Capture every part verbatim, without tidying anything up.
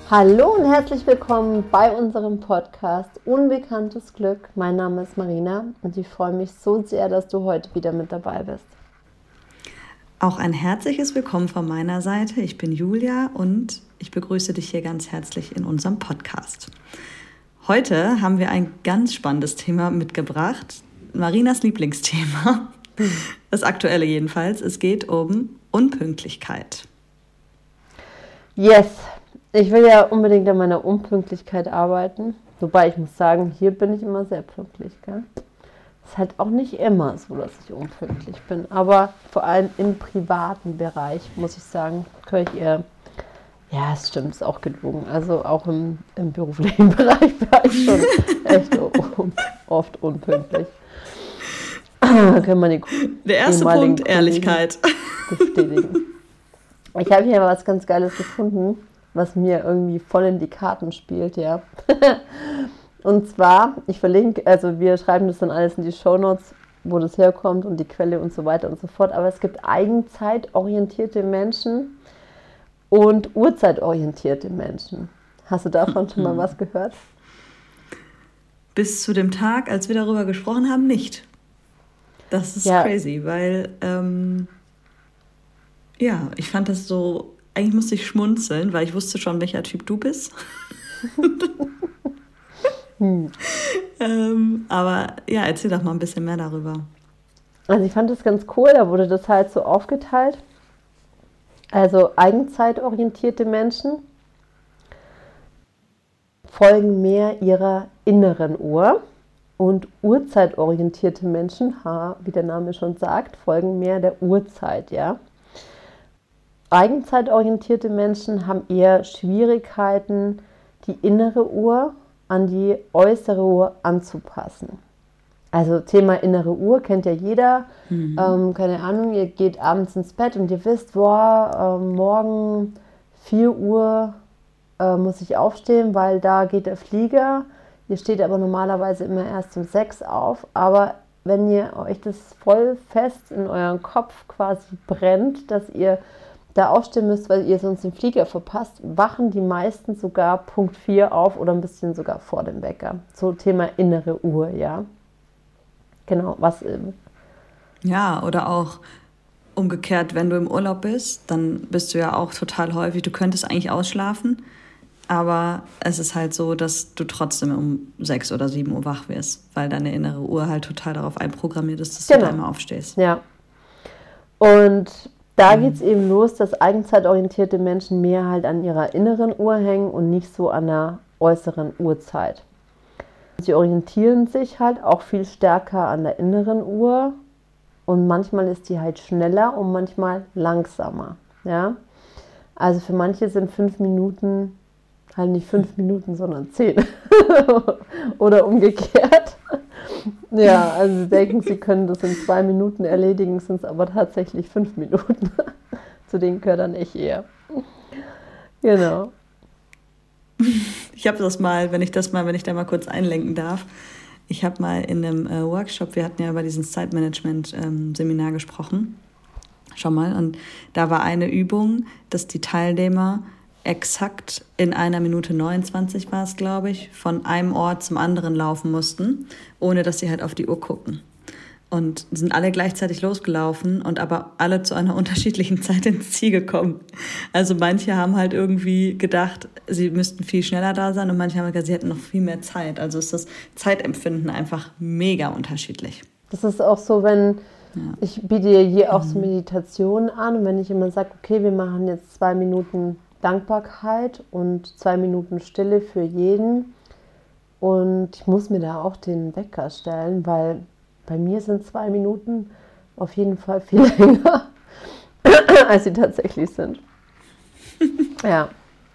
Hallo und herzlich willkommen bei unserem Podcast Unbekanntes Glück. Mein Name ist Marina und ich freue mich so sehr, dass du heute wieder mit dabei bist. Auch ein herzliches Willkommen von meiner Seite. Ich bin Julia und ich begrüße dich hier ganz herzlich in unserem Podcast. Heute haben wir ein ganz spannendes Thema mitgebracht. Marinas Lieblingsthema, das aktuelle jedenfalls. Es geht um Unpünktlichkeit. Yes, ich will ja unbedingt an meiner Unpünktlichkeit arbeiten. Wobei ich muss sagen, hier bin ich immer sehr pünktlich. Gell? Ist halt auch nicht immer so, dass ich unpünktlich bin. Aber vor allem im privaten Bereich, muss ich sagen, höre ich eher, ja, es stimmt, ist auch gelogen. Also auch im, im beruflichen Bereich war ich schon echt un, oft unpünktlich. Können wir die Der erste Punkt, Ehrlichkeit. Bestätigen. Ich habe hier was ganz Geiles gefunden, was mir irgendwie voll in die Karten spielt, ja. Und zwar, ich verlinke, also wir schreiben das dann alles in die Shownotes, wo das herkommt und die Quelle und so weiter und so fort. Aber es gibt eigenzeitorientierte Menschen und uhrzeitorientierte Menschen. Hast du davon schon mal was gehört? Bis zu dem Tag, als wir darüber gesprochen haben, nicht. Das ist ja crazy, weil, ähm, ja, ich fand das so, eigentlich musste ich schmunzeln, weil ich wusste schon, welcher Typ du bist. hm. ähm, aber ja, erzähl doch mal ein bisschen mehr darüber. Also ich fand das ganz cool, da wurde das halt so aufgeteilt. Also eigenzeitorientierte Menschen folgen mehr ihrer inneren Uhr und uhrzeitorientierte Menschen, wie der Name schon sagt, folgen mehr der Uhrzeit, ja. Eigenzeitorientierte Menschen haben eher Schwierigkeiten, die innere Uhr an die äußere Uhr anzupassen. Also Thema innere Uhr kennt ja jeder. Mhm. Ähm, keine Ahnung, ihr geht abends ins Bett und ihr wisst, boah, äh, morgen vier Uhr äh, muss ich aufstehen, weil da geht der Flieger. Ihr steht aber normalerweise immer erst um sechs auf. Aber wenn ihr euch das voll fest in euren Kopf quasi brennt, dass ihr da aufstehen müsst, weil ihr sonst den Flieger verpasst, wachen die meisten sogar Punkt vier auf oder ein bisschen sogar vor dem Wecker. So Thema innere Uhr, ja. Genau, was... Ja, oder auch umgekehrt, wenn du im Urlaub bist, dann bist du ja auch total häufig, du könntest eigentlich ausschlafen, aber es ist halt so, dass du trotzdem um sechs oder sieben Uhr wach wirst, weil deine innere Uhr halt total darauf einprogrammiert ist, dass genau. du da immer aufstehst. Ja. Und da geht es eben los, dass eigenzeitorientierte Menschen mehr halt an ihrer inneren Uhr hängen und nicht so an der äußeren Uhrzeit. Sie orientieren sich halt auch viel stärker an der inneren Uhr und manchmal ist die halt schneller und manchmal langsamer. Ja? Also für manche sind fünf Minuten halt nicht fünf Minuten, sondern zehn. Oder umgekehrt. Ja, also sie denken, sie können das in zwei Minuten erledigen, sind es aber tatsächlich fünf Minuten. Zu denen gehört dann ich eher. Genau. Ich habe das mal, wenn ich das mal, wenn ich da mal kurz einlenken darf. Ich habe mal in einem äh, Workshop, wir hatten ja über dieses Zeitmanagement-Seminar ähm, gesprochen, schon mal, und da war eine Übung, dass die Teilnehmer exakt in einer Minute neunundzwanzig war es, glaube ich, von einem Ort zum anderen laufen mussten, ohne dass sie halt auf die Uhr gucken. Und sind alle gleichzeitig losgelaufen und aber alle zu einer unterschiedlichen Zeit ins Ziel gekommen. Also manche haben halt irgendwie gedacht, sie müssten viel schneller da sein und manche haben gesagt, sie hätten noch viel mehr Zeit. Also ist das Zeitempfinden einfach mega unterschiedlich. Das ist auch so, wenn, ja. ich biete hier auch so Meditationen an und wenn ich immer sage, okay, wir machen jetzt zwei Minuten Dankbarkeit und zwei Minuten Stille für jeden. Und ich muss mir da auch den Wecker stellen, weil bei mir sind zwei Minuten auf jeden Fall viel länger, als sie tatsächlich sind. Ja.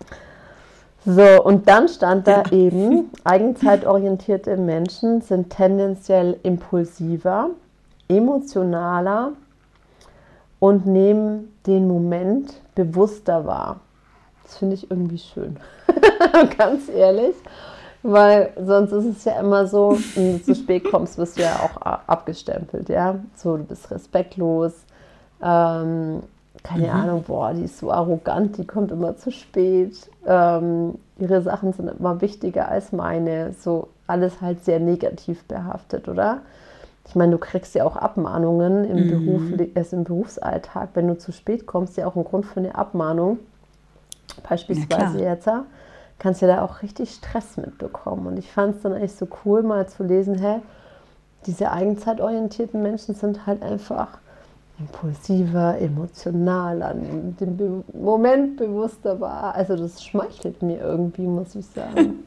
So, und dann stand da ja. eben, eigenzeitorientierte Menschen sind tendenziell impulsiver, emotionaler und nehmen den Moment bewusster wahr. Das finde ich irgendwie schön. Ganz ehrlich. Weil sonst ist es ja immer so, wenn du zu spät kommst, wirst du ja auch abgestempelt, ja. So, du bist respektlos, ähm, keine Mhm. Ahnung, boah, die ist so arrogant, die kommt immer zu spät. Ähm, ihre Sachen sind immer wichtiger als meine. So alles halt sehr negativ behaftet, oder? Ich meine, du kriegst ja auch Abmahnungen im, Beruf, Mhm. also im Berufsalltag. Wenn du zu spät kommst, ja auch ein Grund für eine Abmahnung. Ja, Beispielsweise klar. jetzt, ja, kannst du da auch richtig Stress mitbekommen. Und ich fand es dann eigentlich so cool, mal zu lesen, hä, diese eigenzeitorientierten Menschen sind halt einfach impulsiver, emotionaler, dem Be Moment bewusster war. Also das schmeichelt mir irgendwie, muss ich sagen.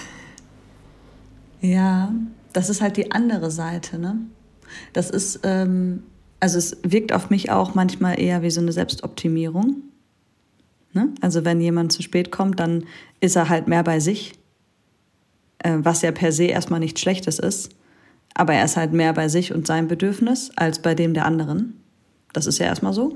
Ja, das ist halt die andere Seite, ne? Das ist, ähm, also es wirkt auf mich auch manchmal eher wie so eine Selbstoptimierung. Ne? Also wenn jemand zu spät kommt, dann ist er halt mehr bei sich, äh, was ja per se erstmal nichts Schlechtes ist. Aber er ist halt mehr bei sich und seinem Bedürfnis als bei dem der anderen. Das ist ja erstmal so.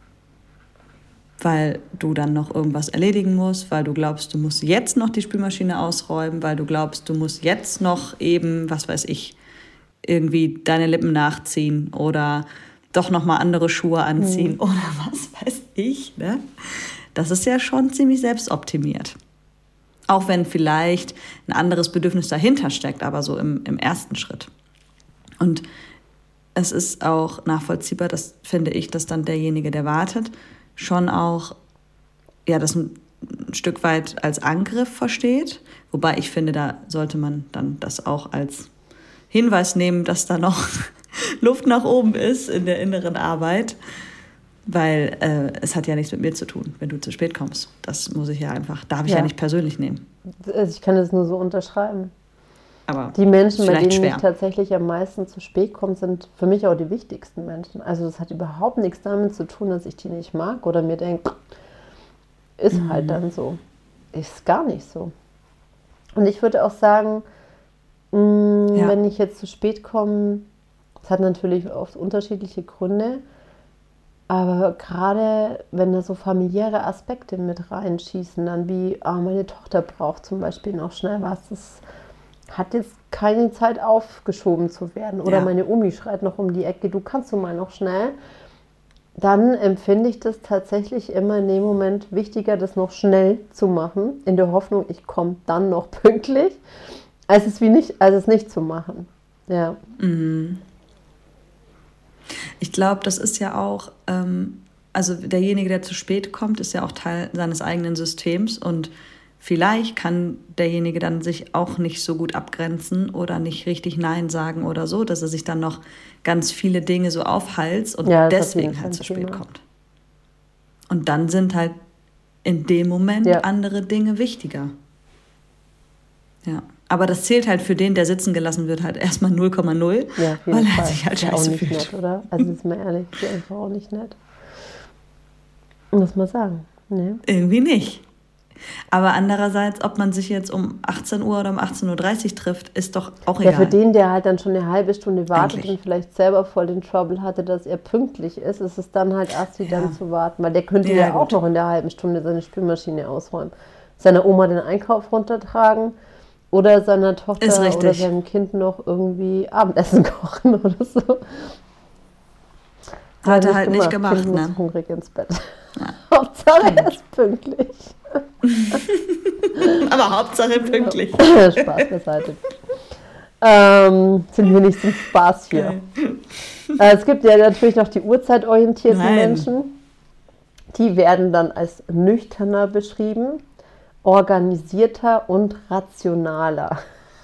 Weil du dann noch irgendwas erledigen musst, weil du glaubst, du musst jetzt noch die Spülmaschine ausräumen, weil du glaubst, du musst jetzt noch eben, was weiß ich, irgendwie deine Lippen nachziehen oder doch nochmal andere Schuhe anziehen Mhm. oder was weiß ich. Ne? Das ist ja schon ziemlich selbstoptimiert. Auch wenn vielleicht ein anderes Bedürfnis dahinter steckt, aber so im, im ersten Schritt. Und es ist auch nachvollziehbar, das finde ich, dass dann derjenige, der wartet, schon auch ja, das ein, ein Stück weit als Angriff versteht. Wobei ich finde, da sollte man dann das auch als Hinweis nehmen, dass da noch Luft nach oben ist in der inneren Arbeit. Weil äh, es hat ja nichts mit mir zu tun, wenn du zu spät kommst. Das muss ich ja einfach, darf ich ja, Ja, nicht persönlich nehmen. also ich kann das nur so unterschreiben. Aber Die Menschen, ist bei vielleicht denen ich schwer. tatsächlich am meisten zu spät komme, sind für mich auch die wichtigsten Menschen. Also das hat überhaupt nichts damit zu tun, dass ich die nicht mag oder mir denke, ist halt dann so. Ist gar nicht so. Und ich würde auch sagen, mh, Ja. wenn ich jetzt zu spät komme, das hat natürlich oft unterschiedliche Gründe, aber gerade wenn da so familiäre Aspekte mit reinschießen, dann wie, ah, meine Tochter braucht zum Beispiel noch schnell was, das hat jetzt keine Zeit aufgeschoben zu werden. Oder Ja. meine Omi schreit noch um die Ecke, du kannst du mal noch schnell. Dann empfinde ich das tatsächlich immer in dem Moment wichtiger, das noch schnell zu machen, in der Hoffnung, ich komme dann noch pünktlich, als es, wie nicht, als es nicht zu machen. Ja. Mhm. Ich glaube, das ist ja auch, ähm, also derjenige, der zu spät kommt, ist ja auch Teil seines eigenen Systems und vielleicht kann derjenige dann sich auch nicht so gut abgrenzen oder nicht richtig Nein sagen oder so, dass er sich dann noch ganz viele Dinge so aufhalst und Ja, das ist auf jeden deswegen Fall halt ein zu spät Thema. kommt. Und dann sind halt in dem Moment Ja. andere Dinge wichtiger. Ja. Aber das zählt halt für den, der sitzen gelassen wird, halt erstmal null Komma null, Ja, auf jeden weil er Fall. sich halt Ist ja auch scheiße nicht fühlt. nett, oder? Also ist mal ehrlich, ist ja einfach auch nicht nett. Muss man sagen. Ne? Irgendwie nicht. Aber andererseits, ob man sich jetzt um achtzehn Uhr oder um achtzehn Uhr dreißig trifft, ist doch auch Ja, egal. für den, der halt dann schon eine halbe Stunde wartet Eigentlich. und vielleicht selber voll den Trouble hatte, dass er pünktlich ist, ist es dann halt assi, Ja. dann zu warten. Weil der könnte Ja, ja, auch gut. noch in der halben Stunde seine Spülmaschine ausräumen. Seiner Oma den Einkauf runtertragen oder seiner Ist Tochter richtig. oder seinem Kind noch irgendwie Abendessen kochen oder so. Hat er halt nicht gemacht, Kind muss ne? hungrig ins Bett. Ja. Hauptsache er ist pünktlich. Aber Hauptsache pünktlich. Spaß beiseite. Ähm, sind wir nicht zum Spaß hier. Geil. Äh, es gibt ja natürlich noch die uhrzeitorientierten Nein. Menschen. Die werden dann als nüchterner beschrieben, organisierter und rationaler.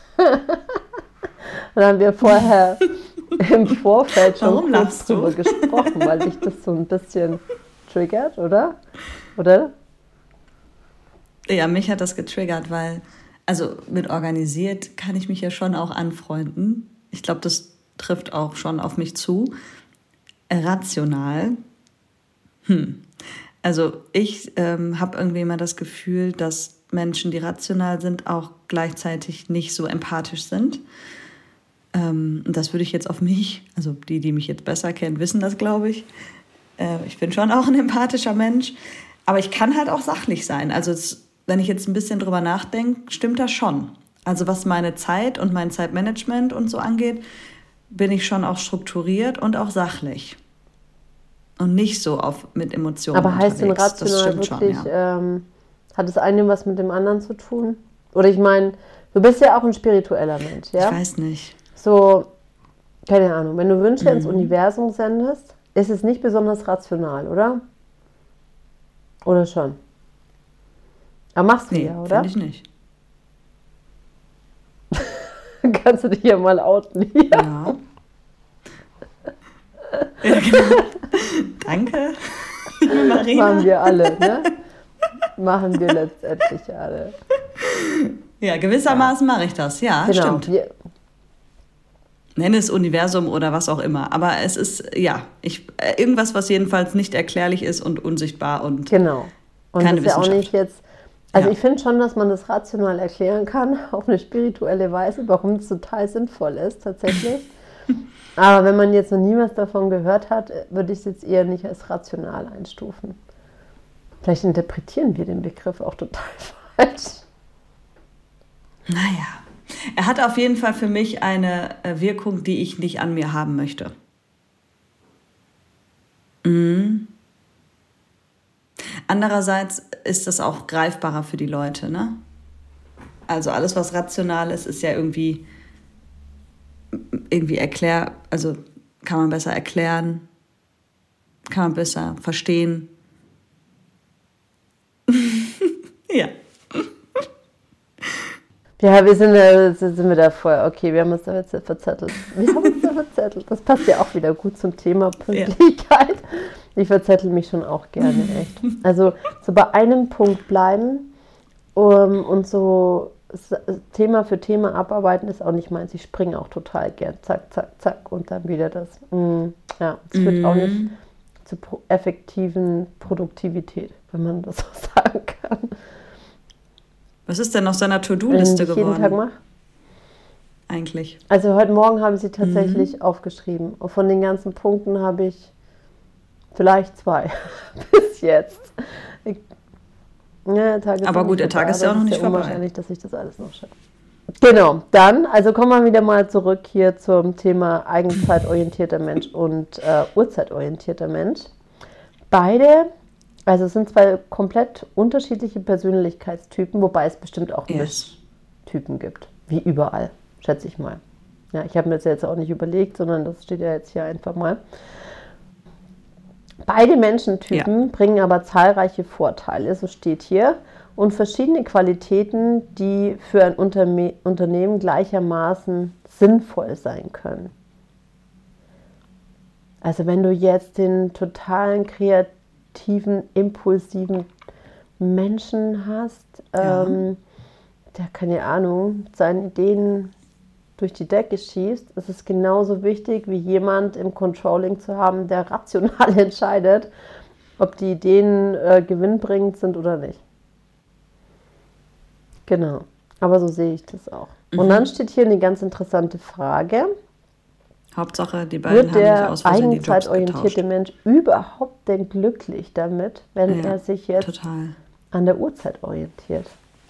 Dann haben wir vorher im Vorfeld schon Warum kurz lachst du? drüber gesprochen, weil dich das so ein bisschen triggert, oder? Oder? Ja, mich hat das getriggert, weil, also mit organisiert kann ich mich ja schon auch anfreunden. Ich glaube, das trifft auch schon auf mich zu. Rational. Hm. Also ich ähm, habe irgendwie immer das Gefühl, dass Menschen, die rational sind, auch gleichzeitig nicht so empathisch sind. Ähm, und das würde ich jetzt auf mich, also die, die mich jetzt besser kennen, wissen das, glaube ich. Äh, ich bin schon auch ein empathischer Mensch, aber ich kann halt auch sachlich sein. Also es, wenn ich jetzt ein bisschen drüber nachdenke, stimmt das schon. Also was meine Zeit und mein Zeitmanagement und so angeht, bin ich schon auch strukturiert und auch sachlich. und nicht so auf, mit Emotionen Aber heißt denn unterwegs. Das rational stimmt schon, wirklich, ja. ähm, hat das eine was mit dem anderen zu tun? Oder ich meine, du bist ja auch ein spiritueller Mensch, ja? Ich weiß nicht. So, keine Ahnung, wenn du Wünsche ins Mhm. Universum sendest, ist es nicht besonders rational, oder? Oder schon? Aber machst du Nee, ja, oder? finde ich nicht. Kannst du dich ja mal outen hier. Ja. Ja, genau. Danke, liebe Marina. Machen wir alle, ne? Machen wir letztendlich alle. Ja, gewissermaßen mache ich das. Ja, Genau. stimmt. Wir, Nenne es Universum oder was auch immer. Aber es ist, ja, ich, äh, irgendwas, was jedenfalls nicht erklärlich ist und unsichtbar und genau. Und keine das ist ja auch Wissenschaft. nicht jetzt. Also Ja. ich finde schon, dass man das rational erklären kann, auf eine spirituelle Weise, warum es total sinnvoll ist, tatsächlich. Aber wenn man jetzt noch nie was davon gehört hat, würde ich es jetzt eher nicht als rational einstufen. Vielleicht interpretieren wir den Begriff auch total falsch. Naja, er hat auf jeden Fall für mich eine äh, Wirkung, die ich nicht an mir haben möchte. Mhm. Andererseits ist das auch greifbarer für die Leute, ne? Also alles, was rational ist, ist ja irgendwie, irgendwie erklär, also kann man besser erklären, kann man besser verstehen. Ja. Ja, wir sind, äh, sind wir da vorher. Okay, wir haben uns da jetzt verzettelt. Wir haben uns da verzettelt. Das passt ja auch wieder gut zum Thema Pünktlichkeit. Ich verzettel mich schon auch gerne, echt. Also so bei einem Punkt bleiben um, und so Thema für Thema abarbeiten ist auch nicht meins. Ich springe auch total gern. Zack, zack, zack und dann wieder das. Mm, ja, es führt Mhm. auch nicht zur pro- effektiven Produktivität, wenn man das so sagen kann. Was ist denn auf seiner Wenn To-Do-Liste ich jeden Tag geworden, mache. eigentlich? Also heute Morgen habe ich sie tatsächlich aufgeschrieben. Und von den ganzen Punkten habe ich vielleicht zwei bis jetzt. Ich, ja, der Tag ist Aber noch gut, nicht der Tag vorbei, ist ja auch aber noch es nicht vorbei. unwahrscheinlich, dass ich das alles noch schaffe. Genau, dann, also kommen wir wieder mal zurück hier zum Thema eigenzeitorientierter Mensch und äh, uhrzeitorientierter Mensch. Beide, also es sind zwei komplett unterschiedliche Persönlichkeitstypen, wobei es bestimmt auch Yes. Mischtypen gibt, wie überall, schätze ich mal. Ja, ich habe mir das jetzt auch nicht überlegt, sondern das steht ja jetzt hier einfach mal. Beide Menschentypen bringen aber zahlreiche Vorteile, so steht hier, und verschiedene Qualitäten, die für ein Unterme- Unternehmen gleichermaßen sinnvoll sein können. Also wenn du jetzt den totalen kreativen, impulsiven Menschen hast, Ja. ähm, der, keine Ahnung, seine Ideen durch die Decke schießt, ist es genauso wichtig, wie jemand im Controlling zu haben, der rational entscheidet, ob die Ideen äh, gewinnbringend sind oder nicht. Genau, aber so sehe ich das auch. Und dann steht hier eine ganz interessante Frage. Hauptsache, die beiden Wird haben nicht der aus Versehen die Jobs eigenzeitorientierte getauscht. Mensch überhaupt denn glücklich damit, wenn Ja, er sich jetzt total. an der Uhrzeit orientiert?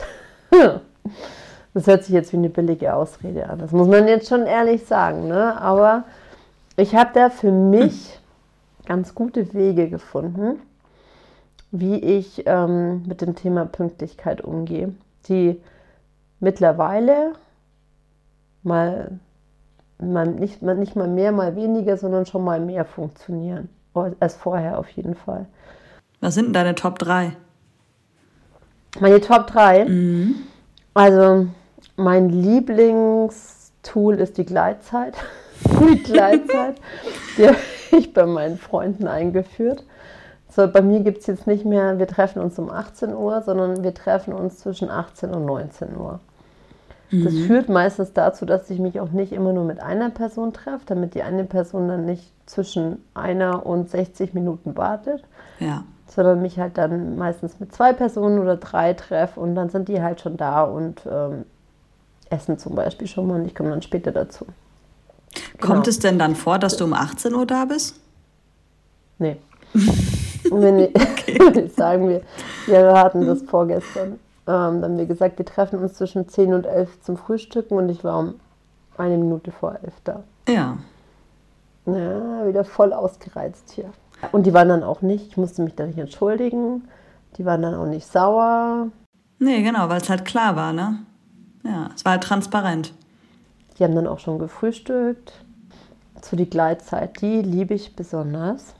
Das hört sich jetzt wie eine billige Ausrede an. Das muss man jetzt schon ehrlich sagen, ne? Aber ich habe da für mich ganz gute Wege gefunden, wie ich ähm, mit dem Thema Pünktlichkeit umgehe, die mittlerweile mal, mal, nicht, mal nicht mal mehr, mal weniger, sondern schon mal mehr funktionieren als vorher auf jeden Fall. Was sind denn deine Top drei? Meine Top drei. Mhm. Also mein Lieblingstool ist die Gleitzeit. Die Gleitzeit, die habe ich bei meinen Freunden eingeführt. So, bei mir gibt es jetzt nicht mehr, wir treffen uns um achtzehn Uhr, sondern wir treffen uns zwischen achtzehn und neunzehn Uhr. Das führt meistens dazu, dass ich mich auch nicht immer nur mit einer Person treffe, damit die eine Person dann nicht zwischen einer und sechzig Minuten wartet, Ja. sondern mich halt dann meistens mit zwei Personen oder drei treffe und dann sind die halt schon da und ähm, essen zum Beispiel schon mal und ich komme dann später dazu. Kommt Genau. es denn dann vor, dass du um achtzehn Uhr da bist? Nee. Und wenn ich, sagen wir, wir hatten das vorgestern, ähm, dann haben wir gesagt, wir treffen uns zwischen zehn und elf zum Frühstücken und ich war um eine Minute vor elf da. Ja. Ja, wieder voll ausgereizt hier. Und die waren dann auch nicht, ich musste mich da nicht entschuldigen, die waren dann auch nicht sauer. Nee, genau, weil es halt klar war, ne? Ja, es war halt transparent. Die haben dann auch schon gefrühstückt. So die Gleitzeit, die liebe ich besonders.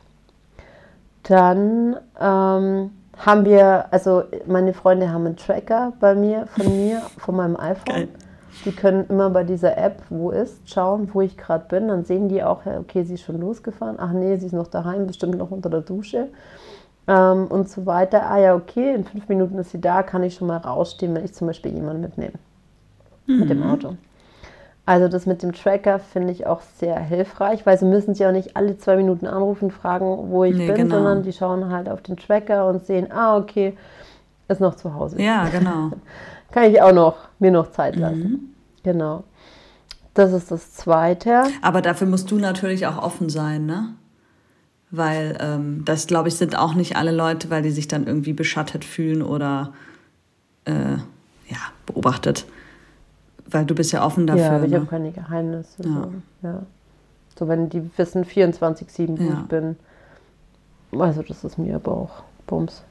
Dann ähm, haben wir, also meine Freunde haben einen Tracker bei mir, von mir, von meinem iPhone. Geil. Die können immer bei dieser App, wo ist, schauen, wo ich gerade bin. Dann sehen die auch, okay, sie ist schon losgefahren. Ach nee, sie ist noch daheim, bestimmt noch unter der Dusche. Ähm, und so weiter. Ah ja, okay, in fünf Minuten ist sie da, kann ich schon mal rausstehen, wenn ich zum Beispiel jemanden mitnehme. Mhm. Mit dem Auto. Also das mit dem Tracker finde ich auch sehr hilfreich, weil sie müssen sich auch nicht alle zwei Minuten anrufen, fragen, wo ich nee, bin, genau. sondern die schauen halt auf den Tracker und sehen, ah, okay, ist noch zu Hause. Ja, genau. Kann ich auch noch, mir noch Zeit lassen. Mhm. Genau. Das ist das Zweite. Aber dafür musst du natürlich auch offen sein, ne? Weil ähm, das, glaube ich, sind auch nicht alle Leute, weil die sich dann irgendwie beschattet fühlen oder äh, ja, beobachtet. Weil du bist ja offen dafür. Ja, aber ich ne? habe keine Geheimnisse. Ja. So. Ja. So, wenn die wissen vierundzwanzig sieben, wo ja. ich bin. Also das ist mir aber auch Bums.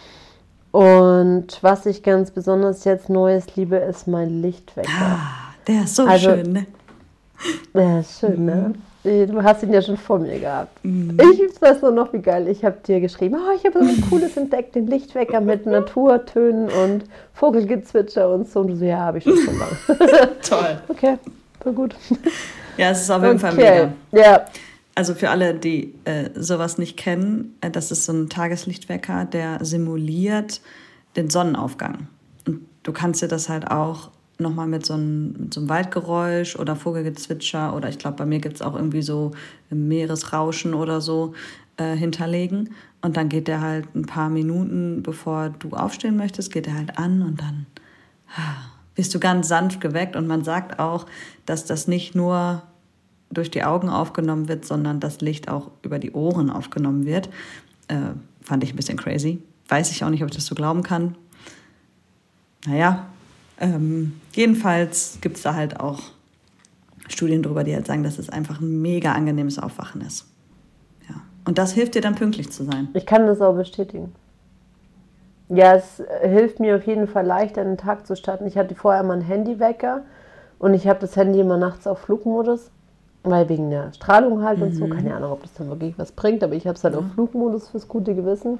Und was ich ganz besonders jetzt Neues liebe, ist mein Lichtwecker. Ah, der ist so also, schön, ne? Der ist schön, mhm. ne? Du hast ihn ja schon vor mir gehabt. Mhm. Ich weiß nur noch, wie geil. Ich habe dir geschrieben, oh, ich habe so was Cooles entdeckt, den Lichtwecker mit Naturtönen und Vogelgezwitscher und so. Und du so, ja, habe ich schon schon lange. Toll. Okay, voll gut. Ja, es ist auf jeden okay. Fall mega. Ja. Also für alle, die äh, sowas nicht kennen, äh, das ist so ein Tageslichtwecker, der simuliert den Sonnenaufgang. Und du kannst dir das halt auch nochmal mit so einem, mit so einem Waldgeräusch oder Vogelgezwitscher oder ich glaube, bei mir gibt es auch irgendwie so Meeresrauschen oder so äh, hinterlegen. Und dann geht der halt ein paar Minuten, bevor du aufstehen möchtest, geht der halt an und dann ah, wirst du ganz sanft geweckt. Und man sagt auch, dass das nicht nur durch die Augen aufgenommen wird, sondern das Licht auch über die Ohren aufgenommen wird. Äh, fand ich ein bisschen crazy. Weiß ich auch nicht, ob ich das so glauben kann. Naja, ähm, jedenfalls gibt es da halt auch Studien drüber, die halt sagen, dass es einfach ein mega angenehmes Aufwachen ist. Ja. Und das hilft dir dann pünktlich zu sein. Ich kann das auch bestätigen. Ja, es hilft mir auf jeden Fall leichter, den Tag zu starten. Ich hatte vorher mal einen Handywecker und ich habe das Handy immer nachts auf Flugmodus, weil wegen der Strahlung halt mhm. und so. Keine Ahnung, ob das dann wirklich was bringt, aber ich habe es halt ja. auf Flugmodus fürs gute Gewissen.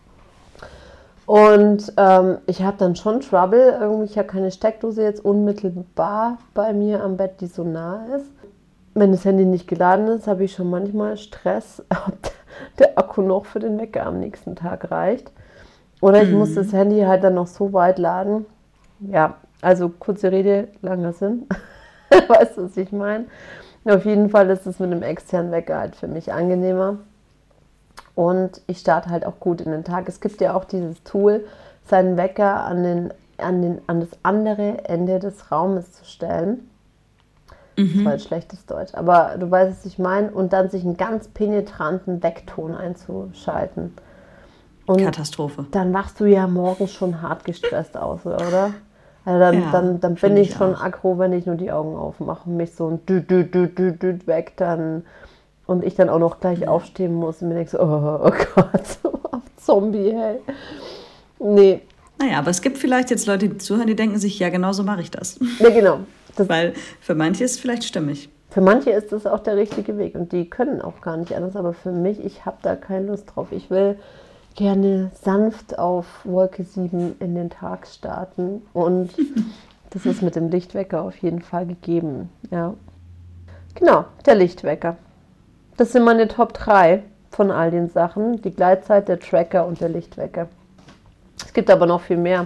Und ähm, ich habe dann schon Trouble, irgendwie, ich habe keine Steckdose jetzt unmittelbar bei mir am Bett, die so nah ist. Wenn das Handy nicht geladen ist, habe ich schon manchmal Stress, ob der Akku noch für den Wecker am nächsten Tag reicht. Oder ich mhm. muss das Handy halt dann noch so weit laden. Ja, also kurze Rede, langer Sinn. Weißt du, was ich meine? Auf jeden Fall ist es mit einem externen Wecker halt für mich angenehmer. Und ich starte halt auch gut in den Tag. Es gibt ja auch dieses Tool, seinen Wecker an, den, an, den, an das andere Ende des Raumes zu stellen. Mhm. Das war jetzt schlechtes Deutsch, aber du weißt, was ich meine. Und dann sich einen ganz penetranten Weckton einzuschalten. Und Katastrophe. Dann wachst du ja morgens schon hart gestresst aus, oder? Also dann, ja, dann, dann bin ich, ich schon auch. aggro, wenn ich nur die Augen aufmache und mich so ein Düt, Düt, Düt, Düt, Düt weg dann... Und ich dann auch noch gleich ja. aufstehen muss und mir denke so, oh, oh Gott, Zombie, hey. Nee. Naja, aber es gibt vielleicht jetzt Leute, die zuhören, die denken sich, ja, genau so mache ich das. Ja, genau. Das Weil für manche ist es vielleicht stimmig. Für manche ist das auch der richtige Weg und die können auch gar nicht anders, aber für mich, ich habe da keine Lust drauf. Ich will gerne sanft auf Wolke sieben in den Tag starten und das ist mit dem Lichtwecker auf jeden Fall gegeben. Ja. Genau, der Lichtwecker. Das sind meine Top drei von all den Sachen. Die Gleitzeit, der Tracker und der Lichtwecker. Es gibt aber noch viel mehr.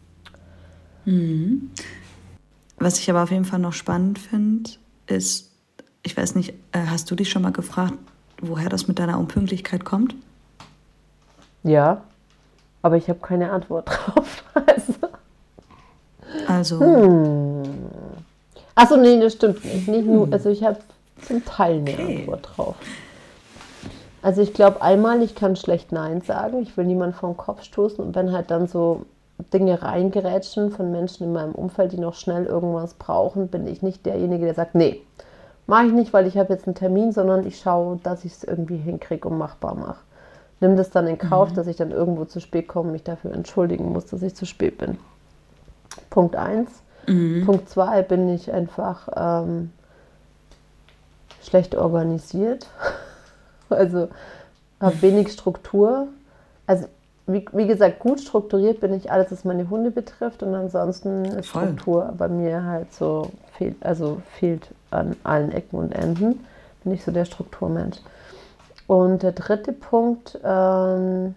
Mhm. Was ich aber auf jeden Fall noch spannend finde, ist, ich weiß nicht, hast du dich schon mal gefragt, woher das mit deiner Unpünktlichkeit kommt? Ja, aber ich habe keine Antwort drauf. Also. also. Hm. Achso, nee, das stimmt nicht. nicht nur, also ich habe zum Teil eine okay. Antwort drauf. Also ich glaube einmal, ich kann schlecht Nein sagen. Ich will niemanden vor den Kopf stoßen. Und wenn halt dann so Dinge reingerätschen von Menschen in meinem Umfeld, die noch schnell irgendwas brauchen, bin ich nicht derjenige, der sagt, nee, mache ich nicht, weil ich habe jetzt einen Termin, sondern ich schaue, dass ich es irgendwie hinkriege und machbar mache. nimm das dann in Kauf, Mhm. dass ich dann irgendwo zu spät komme und mich dafür entschuldigen muss, dass ich zu spät bin. Punkt eins. Mhm. Punkt zwei, bin ich einfach ähm, schlecht organisiert. Also habe wenig Struktur. Also wie, wie gesagt, gut strukturiert bin ich alles, was meine Hunde betrifft, und ansonsten ist Voll. Struktur bei mir halt so fehlt, also fehlt an allen Ecken und Enden. Bin ich so der Strukturmensch. Und der dritte Punkt, ähm,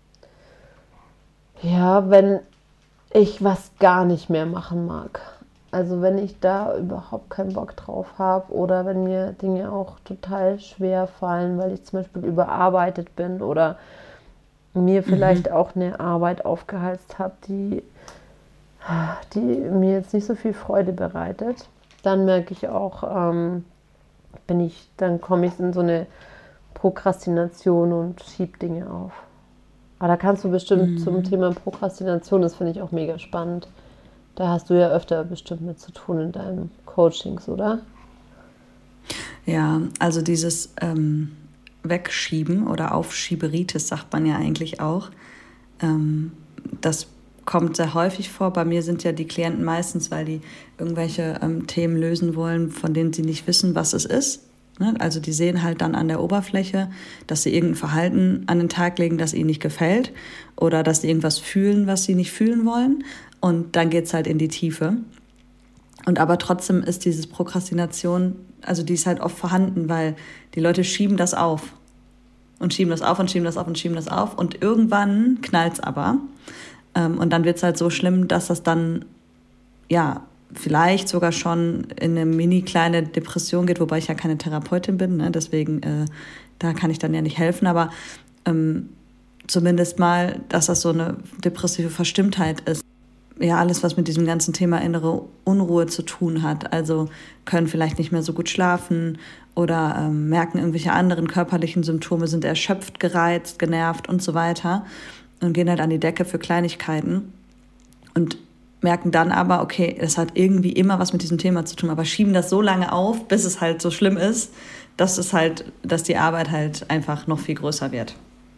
ja, wenn ich was gar nicht mehr machen mag. Also wenn ich da überhaupt keinen Bock drauf habe oder wenn mir Dinge auch total schwer fallen, weil ich zum Beispiel überarbeitet bin oder mir vielleicht Mhm. auch eine Arbeit aufgehalst habe, die, die mir jetzt nicht so viel Freude bereitet, dann merke ich auch, ähm, bin ich, dann komme ich in so eine Prokrastination und schiebe Dinge auf. Aber da kannst du bestimmt zum Mhm. Thema Prokrastination, das finde ich auch mega spannend. Da hast du ja öfter bestimmt mit zu tun in deinen Coachings, oder? Ja, also dieses ähm, Wegschieben oder Aufschieberitis sagt man ja eigentlich auch. Ähm, das kommt sehr häufig vor. Bei mir sind ja die Klienten meistens, weil die irgendwelche ähm, Themen lösen wollen, von denen sie nicht wissen, was es ist. Ne? Also die sehen halt dann an der Oberfläche, dass sie irgendein Verhalten an den Tag legen, das ihnen nicht gefällt, oder dass sie irgendwas fühlen, was sie nicht fühlen wollen. Und dann geht es halt in die Tiefe. Und aber trotzdem ist diese Prokrastination, also die ist halt oft vorhanden, weil die Leute schieben das auf. Und schieben das auf und schieben das auf und schieben das auf. Und irgendwann knallt es aber. Ähm, und dann wird es halt so schlimm, dass das dann, ja, vielleicht sogar schon in eine mini kleine Depression geht, wobei ich ja keine Therapeutin bin, ne? Deswegen, äh, da kann ich dann ja nicht helfen. Aber ähm, zumindest mal, dass das so eine depressive Verstimmtheit ist. Ja, alles, was mit diesem ganzen Thema innere Unruhe zu tun hat. Also können vielleicht nicht mehr so gut schlafen oder ähm, merken irgendwelche anderen körperlichen Symptome, sind erschöpft, gereizt, genervt und so weiter und gehen halt an die Decke für Kleinigkeiten und merken dann aber, okay, es hat irgendwie immer was mit diesem Thema zu tun, aber schieben das so lange auf, bis es halt so schlimm ist, dass es halt, dass die Arbeit halt einfach noch viel größer wird.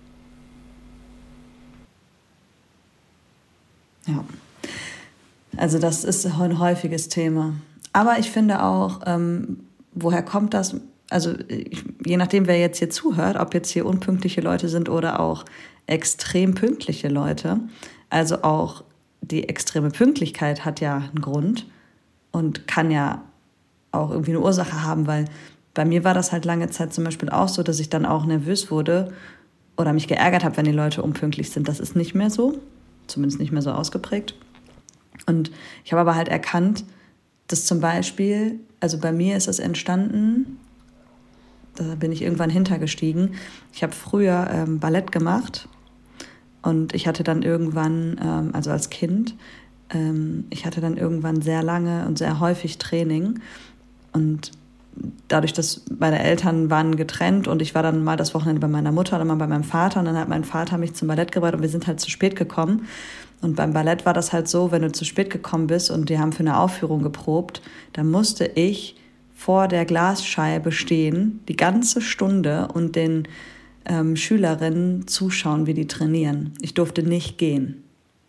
Ja. Also das ist ein häufiges Thema. Aber ich finde auch, ähm, woher kommt das? Also ich, je nachdem, wer jetzt hier zuhört, ob jetzt hier unpünktliche Leute sind oder auch extrem pünktliche Leute. Also auch die extreme Pünktlichkeit hat ja einen Grund und kann ja auch irgendwie eine Ursache haben, weil bei mir war das halt lange Zeit zum Beispiel auch so, dass ich dann auch nervös wurde oder mich geärgert habe, wenn die Leute unpünktlich sind. Das ist nicht mehr so, zumindest nicht mehr so ausgeprägt. Und ich habe aber halt erkannt, dass zum Beispiel, also bei mir ist es entstanden, da bin ich irgendwann hintergestiegen. Ich habe früher ähm, Ballett gemacht und ich hatte dann irgendwann, ähm, also als Kind, ähm, ich hatte dann irgendwann sehr lange und sehr häufig Training. Und dadurch, dass meine Eltern waren getrennt und ich war dann mal das Wochenende bei meiner Mutter oder mal bei meinem Vater und dann hat mein Vater mich zum Ballett gebracht und wir sind halt zu spät gekommen. Und beim Ballett war das halt so, wenn du zu spät gekommen bist und die haben für eine Aufführung geprobt, dann musste ich vor der Glasscheibe stehen, die ganze Stunde und den ähm, Schülerinnen zuschauen, wie die trainieren. Ich durfte nicht gehen.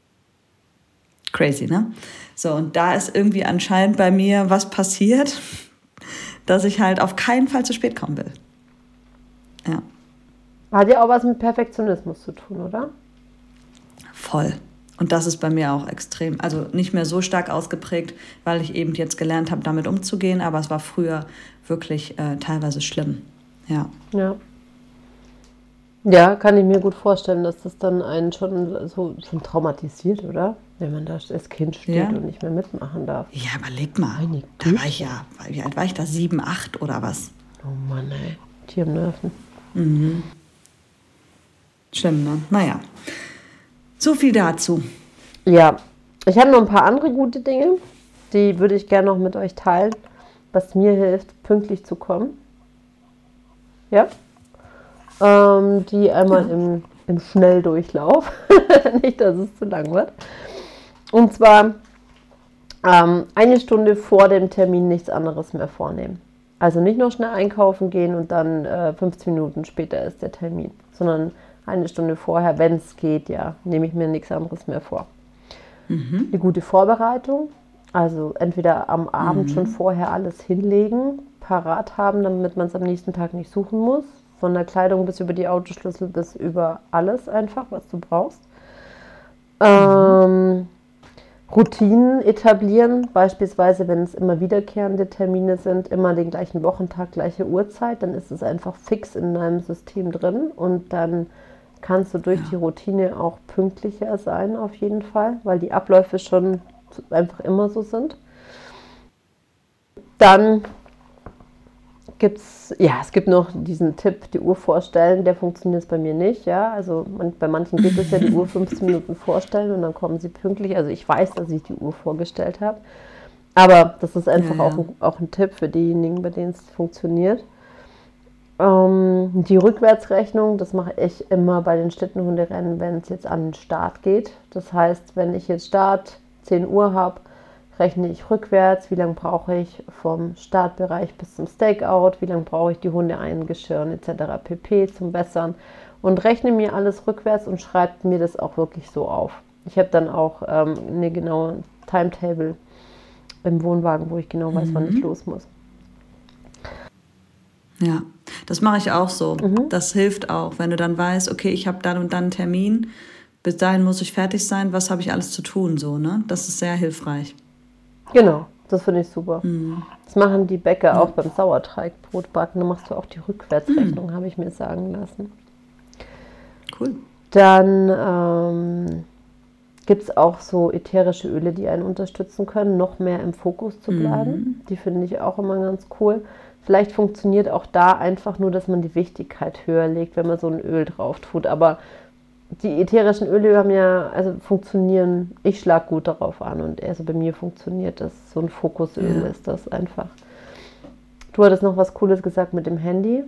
Crazy, ne? So, und da ist irgendwie anscheinend bei mir was passiert, dass ich halt auf keinen Fall zu spät kommen will. Ja. Hat ja auch was mit Perfektionismus zu tun, oder? Voll. Und das ist bei mir auch extrem, also nicht mehr so stark ausgeprägt, weil ich eben jetzt gelernt habe, damit umzugehen, aber es war früher wirklich äh, teilweise schlimm. Ja. Ja. Ja, kann ich mir gut vorstellen, dass das dann einen schon so schon traumatisiert, oder? Wenn man da als Kind steht Ja. und nicht mehr mitmachen darf. Ja, überleg mal. Meine Da war Güte. ich ja, wie alt war ich da? Sieben, acht oder was? Oh Mann, ey. Tier am Nerven. Mhm. Schlimm, ne? Naja. So viel dazu. Ja, ich habe noch ein paar andere gute Dinge, die würde ich gerne noch mit euch teilen, was mir hilft, pünktlich zu kommen. Ja? Ähm, die einmal Ja. im, im Schnelldurchlauf, nicht, dass es zu lang wird. Und zwar ähm, eine Stunde vor dem Termin nichts anderes mehr vornehmen. Also nicht noch schnell einkaufen gehen und dann äh, fünfzehn Minuten später ist der Termin, sondern eine Stunde vorher, wenn es geht, ja, nehme ich mir nichts anderes mehr vor. Mhm. Die gute Vorbereitung, also entweder am Abend Mhm. schon vorher alles hinlegen, parat haben, damit man es am nächsten Tag nicht suchen muss. Von der Kleidung bis über die Autoschlüssel bis über alles einfach, was du brauchst. Ähm, Routinen etablieren, beispielsweise wenn es immer wiederkehrende Termine sind, immer den gleichen Wochentag, gleiche Uhrzeit, dann ist es einfach fix in deinem System drin und dann kannst du durch Ja. die Routine auch pünktlicher sein auf jeden Fall, weil die Abläufe schon einfach immer so sind. Dann gibt es, ja, es gibt noch diesen Tipp, die Uhr vorstellen, der funktioniert bei mir nicht, ja, also man, bei manchen gibt es ja die Uhr fünfzehn Minuten vorstellen und dann kommen sie pünktlich, also ich weiß, dass ich die Uhr vorgestellt habe, aber das ist einfach Ja, ja. auch, ein, auch ein Tipp für diejenigen, bei denen es funktioniert. Ähm, die Rückwärtsrechnung, das mache ich immer bei den Schlittenhunderennen, wenn es jetzt an den Start geht, das heißt, wenn ich jetzt Start zehn Uhr habe, rechne ich rückwärts, wie lange brauche ich vom Startbereich bis zum Stakeout, wie lange brauche ich die Hunde eingeschirren et cetera pp. Zum Wässern und rechne mir alles rückwärts und schreibe mir das auch wirklich so auf. Ich habe dann auch ähm, eine genaue Timetable im Wohnwagen, wo ich genau weiß, wann ich los muss. Ja, das mache ich auch so. Mhm. Das hilft auch, wenn du dann weißt, okay, ich habe dann und dann einen Termin, bis dahin muss ich fertig sein, was habe ich alles zu tun, so, ne? Das ist sehr hilfreich. Genau, das finde ich super. Mhm. Das machen die Bäcker auch beim Sauerteigbrotbacken. Da machst du auch die Rückwärtsrechnung, mhm. habe ich mir sagen lassen. Cool. Dann ähm, gibt es auch so ätherische Öle, die einen unterstützen können, noch mehr im Fokus zu bleiben. Mhm. Die finde ich auch immer ganz cool. Vielleicht funktioniert auch da einfach nur, dass man die Wichtigkeit höher legt, wenn man so ein Öl drauf tut. Aber die ätherischen Öle haben ja, also funktionieren, ich schlage gut darauf an und also bei mir funktioniert das, so ein Fokusöl Ja. ist das einfach. Du hattest noch was Cooles gesagt mit dem Handy.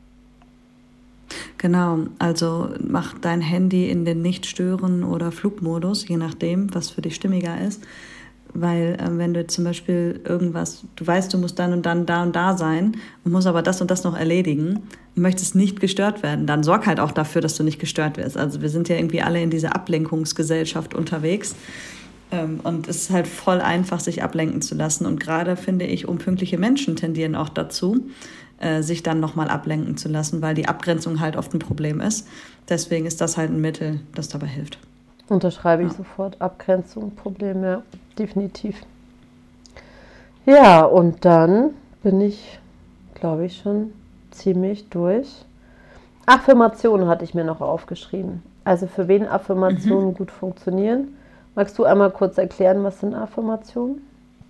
Genau, also mach dein Handy in den Nicht-Stören- oder Flugmodus, je nachdem, was für dich stimmiger ist. Weil äh, wenn du zum Beispiel irgendwas, du weißt, du musst dann und dann da und da sein und musst aber das und das noch erledigen und möchtest nicht gestört werden, dann sorg halt auch dafür, dass du nicht gestört wirst. Also wir sind ja irgendwie alle in dieser Ablenkungsgesellschaft unterwegs ähm, und es ist halt voll einfach, sich ablenken zu lassen. Und gerade, finde ich, unpünktliche Menschen tendieren auch dazu, äh, sich dann nochmal ablenken zu lassen, weil die Abgrenzung halt oft ein Problem ist. Deswegen ist das halt ein Mittel, das dabei hilft. Unterschreibe ich ja. sofort. Abgrenzung, Problem, ja, definitiv. Ja, und dann bin ich, glaube ich, schon ziemlich durch. Affirmationen hatte ich mir noch aufgeschrieben. Also für wen Affirmationen mhm. gut funktionieren. Magst du einmal kurz erklären, was sind Affirmationen?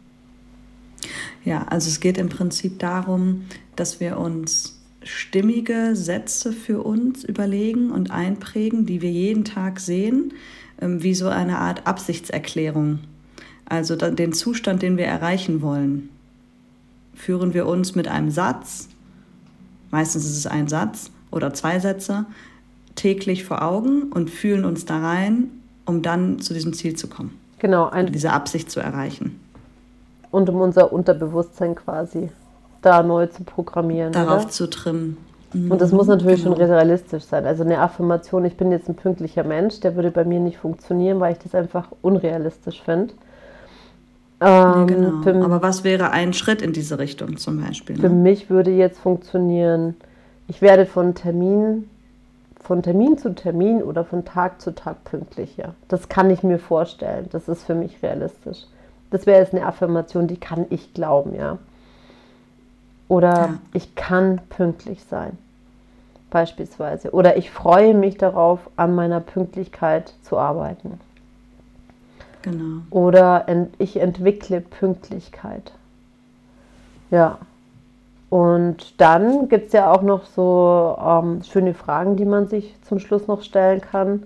Ja, also es geht im Prinzip darum, dass wir uns stimmige Sätze für uns überlegen und einprägen, die wir jeden Tag sehen, wie so eine Art Absichtserklärung. Also den Zustand, den wir erreichen wollen, führen wir uns mit einem Satz, meistens ist es ein Satz oder zwei Sätze, täglich vor Augen und fühlen uns da rein, um dann zu diesem Ziel zu kommen. Genau. Ein diese Absicht zu erreichen. Und um unser Unterbewusstsein quasi da neu zu programmieren. Darauf oder? zu trimmen. Und das muss natürlich genau. schon realistisch sein. Also eine Affirmation, ich bin jetzt ein pünktlicher Mensch, der würde bei mir nicht funktionieren, weil ich das einfach unrealistisch finde. Ähm, ja, genau. für, Aber was wäre ein Schritt in diese Richtung zum Beispiel? Ne? Für mich würde jetzt funktionieren, ich werde von Termin, von Termin zu Termin oder von Tag zu Tag pünktlicher. Das kann ich mir vorstellen. Das ist für mich realistisch. Das wäre jetzt eine Affirmation, die kann ich glauben, ja. Oder ja. ich kann pünktlich sein, beispielsweise. Oder ich freue mich darauf, an meiner Pünktlichkeit zu arbeiten. Genau. Oder ent- ich entwickle Pünktlichkeit. Ja. Und dann gibt es ja auch noch so ähm, schöne Fragen, die man sich zum Schluss noch stellen kann.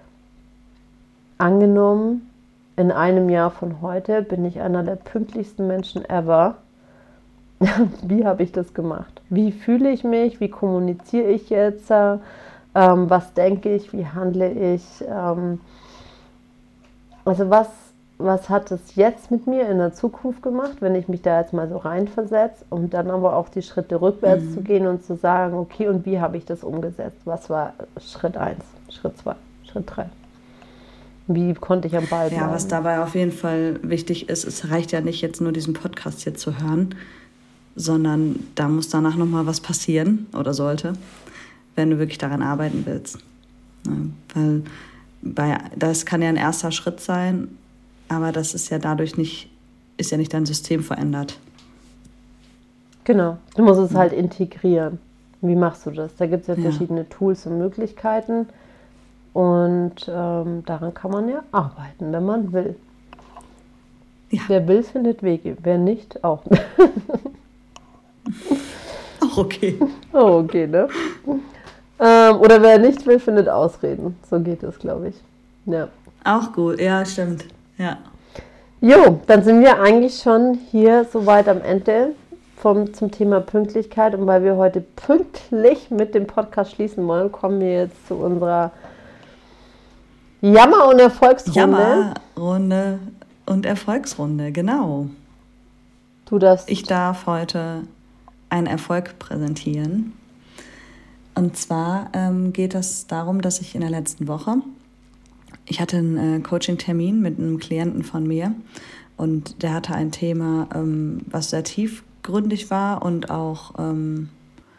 Angenommen, in einem Jahr von heute bin ich einer der pünktlichsten Menschen ever. Wie habe ich das gemacht? Wie fühle ich mich? Wie kommuniziere ich jetzt? Ähm, was denke ich? Wie handle ich? Ähm, also was was hat es jetzt mit mir in der Zukunft gemacht, wenn ich mich da jetzt mal so reinversetze, um dann aber auch die Schritte rückwärts mhm. zu gehen und zu sagen, okay, und wie habe ich das umgesetzt? Was war Schritt eins, Schritt zwei, Schritt drei? Wie konnte ich am Ball bleiben? Ja, was dabei auf jeden Fall wichtig ist, es reicht ja nicht jetzt nur diesen Podcast hier zu hören, sondern da muss danach nochmal was passieren oder sollte, wenn du wirklich daran arbeiten willst. Ja, weil bei, das kann ja ein erster Schritt sein, aber das ist ja dadurch nicht, ist ja nicht dein System verändert. Genau, du musst es ja. halt integrieren. Wie machst du das? Da gibt es ja, ja verschiedene Tools und Möglichkeiten und ähm, daran kann man ja arbeiten, wenn man will. Ja. Wer will, findet Wege, wer nicht, auch. Auch okay. Oh, okay, ne? Ähm, oder wer nicht will, findet Ausreden. So geht es, glaube ich. Ja. Auch gut, ja, stimmt. Ja. Jo, dann sind wir eigentlich schon hier soweit am Ende vom, zum Thema Pünktlichkeit. Und weil wir heute pünktlich mit dem Podcast schließen wollen, kommen wir jetzt zu unserer Jammer- und Erfolgsrunde. Jammerrunde und Erfolgsrunde, genau. Du darfst. Ich darf heute einen Erfolg präsentieren. Und zwar ähm, geht es darum, dass ich in der letzten Woche Ich hatte einen äh, Coaching-Termin mit einem Klienten von mir und der hatte ein Thema, ähm, was sehr tiefgründig war und auch, ähm,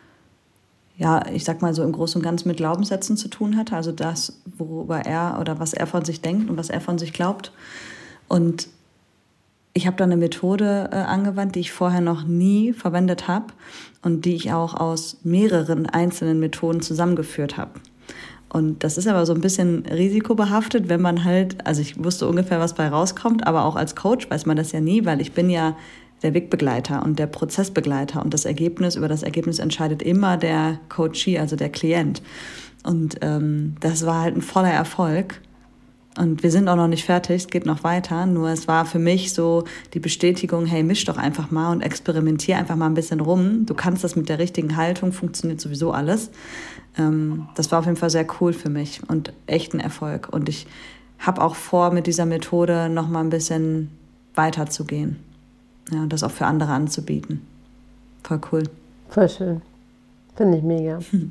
ja, ich sag mal so im Großen und Ganzen mit Glaubenssätzen zu tun hatte. Also das, worüber er oder was er von sich denkt und was er von sich glaubt. Und ich habe da eine Methode äh, angewandt, die ich vorher noch nie verwendet habe und die ich auch aus mehreren einzelnen Methoden zusammengeführt habe. Und das ist aber so ein bisschen risikobehaftet, wenn man halt, also ich wusste ungefähr, was bei rauskommt, aber auch als Coach weiß man das ja nie, weil ich bin ja der Wegbegleiter und der Prozessbegleiter und das Ergebnis, über das Ergebnis entscheidet immer der Coachee, also der Klient. Und ähm, das war halt ein voller Erfolg. Und wir sind auch noch nicht fertig, es geht noch weiter, nur es war für mich so die Bestätigung, hey, misch doch einfach mal und experimentier einfach mal ein bisschen rum. Du kannst das mit der richtigen Haltung, funktioniert sowieso alles. Ähm, das war auf jeden Fall sehr cool für mich und echt ein Erfolg. Und ich habe auch vor, mit dieser Methode noch mal ein bisschen weiterzugehen. Ja, und das auch für andere anzubieten. Voll cool. Voll schön. Finde ich mega. Hm.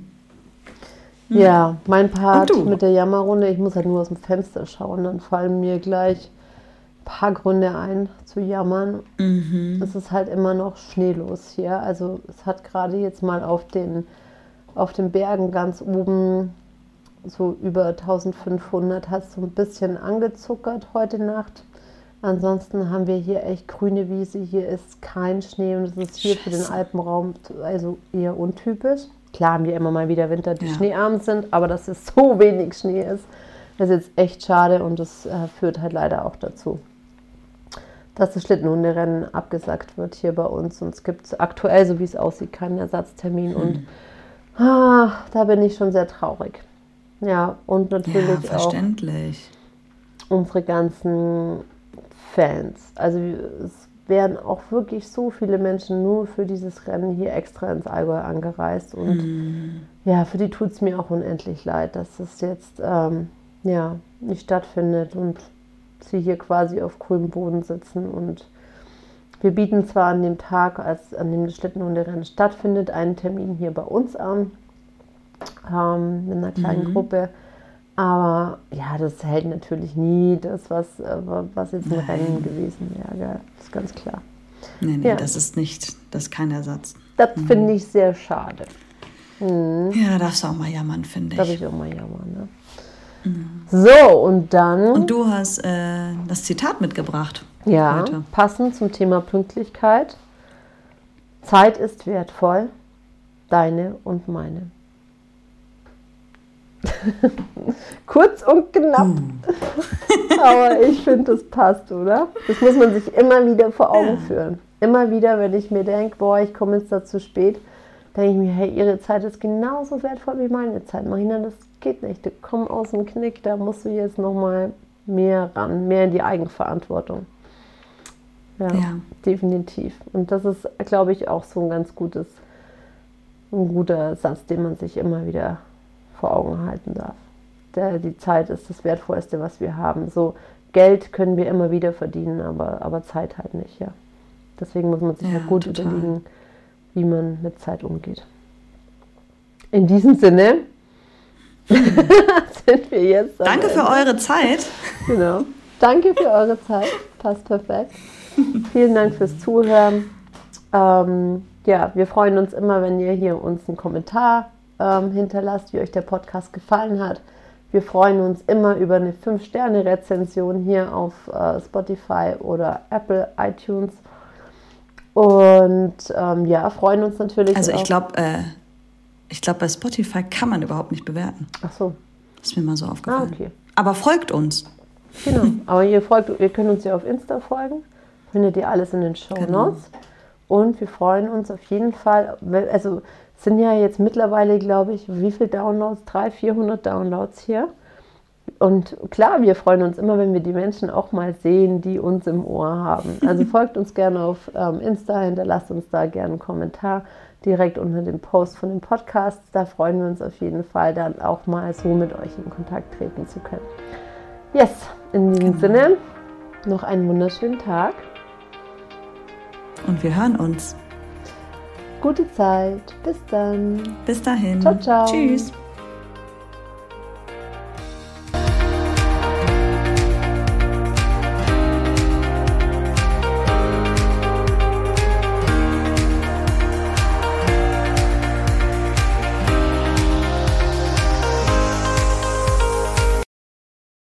Ja, mein Part mit der Jammerrunde, ich muss halt nur aus dem Fenster schauen, dann fallen mir gleich ein paar Gründe ein zu jammern. Mhm. Es ist halt immer noch schneelos hier, also es hat gerade jetzt mal auf den, auf den Bergen ganz oben so über eintausendfünfhundert hat es so ein bisschen angezuckert heute Nacht. Ansonsten haben wir hier echt grüne Wiese, hier ist kein Schnee und es ist hier Scheiße. Für den Alpenraum also eher untypisch. Klar haben wir immer mal wieder Winter, die ja. schneearm sind, aber dass es so wenig Schnee ist, das ist jetzt echt schade und das äh, führt halt leider auch dazu, dass das Schlittenhunderennen abgesagt wird hier bei uns und es gibt aktuell, so wie es aussieht, keinen Ersatztermin hm. und ah, da bin ich schon sehr traurig. Ja, und natürlich ja, verständlich. Auch unsere ganzen Fans. Also es werden auch wirklich so viele Menschen nur für dieses Rennen hier extra ins Allgäu angereist. Und mm. ja, für die tut es mir auch unendlich leid, dass es jetzt ähm, ja, nicht stattfindet und sie hier quasi auf grünem Boden sitzen. Und wir bieten zwar an dem Tag, als an dem das Schlittenhunderennen stattfindet, einen Termin hier bei uns an, ähm, in einer kleinen mm. Gruppe. Aber ja, das hält natürlich nie das, was, was jetzt ein Rennen gewesen wäre. Gell? Das ist ganz klar. Nee, nee, ja. das ist nicht, das ist kein Ersatz. Das mhm. finde ich sehr schade. Mhm. Ja, da darfst du auch mal jammern, finde ich. Darf ich auch mal jammern, ne? Mhm. So, und dann... Und du hast äh, das Zitat mitgebracht. Ja, heute. Passend zum Thema Pünktlichkeit. Zeit ist wertvoll, deine und meine. Kurz und knapp. Mm. Aber ich finde, das passt, oder? Das muss man sich immer wieder vor Augen ja. führen. Immer wieder, wenn ich mir denke, boah, ich komme jetzt da zu spät, denke ich mir, hey, ihre Zeit ist genauso wertvoll wie meine Zeit. Marina, das geht nicht. Du kommst aus dem Knick, da musst du jetzt nochmal mehr ran, mehr in die Eigenverantwortung. Ja, ja, definitiv. Und das ist, glaube ich, auch so ein ganz gutes, ein guter Satz, den man sich immer wieder vor Augen halten darf. Der, die Zeit ist das Wertvollste, was wir haben. So Geld können wir immer wieder verdienen, aber, aber Zeit halt nicht, ja. Deswegen muss man sich ja, halt gut total. überlegen, wie man mit Zeit umgeht. In diesem Sinne sind wir jetzt. Danke für eure Zeit. Genau. Danke für eure Zeit. Passt perfekt. Vielen Dank fürs Zuhören. Ähm, ja, wir freuen uns immer, wenn ihr hier uns einen Kommentar ähm, hinterlasst, wie euch der Podcast gefallen hat. Wir freuen uns immer über eine fünf Sterne Rezension hier auf äh, Spotify oder Apple iTunes. Und ähm, ja, freuen uns natürlich. Also ich glaube, äh, ich glaube, bei Spotify kann man überhaupt nicht bewerten. Ach so. Das ist mir mal so aufgefallen. Ah, okay. Aber folgt uns. Genau, aber ihr, folgt, ihr könnt uns ja auf Insta folgen. Findet ihr alles in den Shownotes. Genau. Und wir freuen uns auf jeden Fall, also es sind ja jetzt mittlerweile, glaube ich, wie viele Downloads? dreihundert, vierhundert Downloads hier. Und klar, wir freuen uns immer, wenn wir die Menschen auch mal sehen, die uns im Ohr haben. Also folgt uns gerne auf ähm, Insta, hinterlasst uns da gerne einen Kommentar direkt unter dem Post von dem Podcast. Da freuen wir uns auf jeden Fall, dann auch mal so mit euch in Kontakt treten zu können. Yes, in diesem genau. Sinne, noch einen wunderschönen Tag. Und wir hören uns. Gute Zeit. Bis dann. Bis dahin. Ciao, ciao. Tschüss.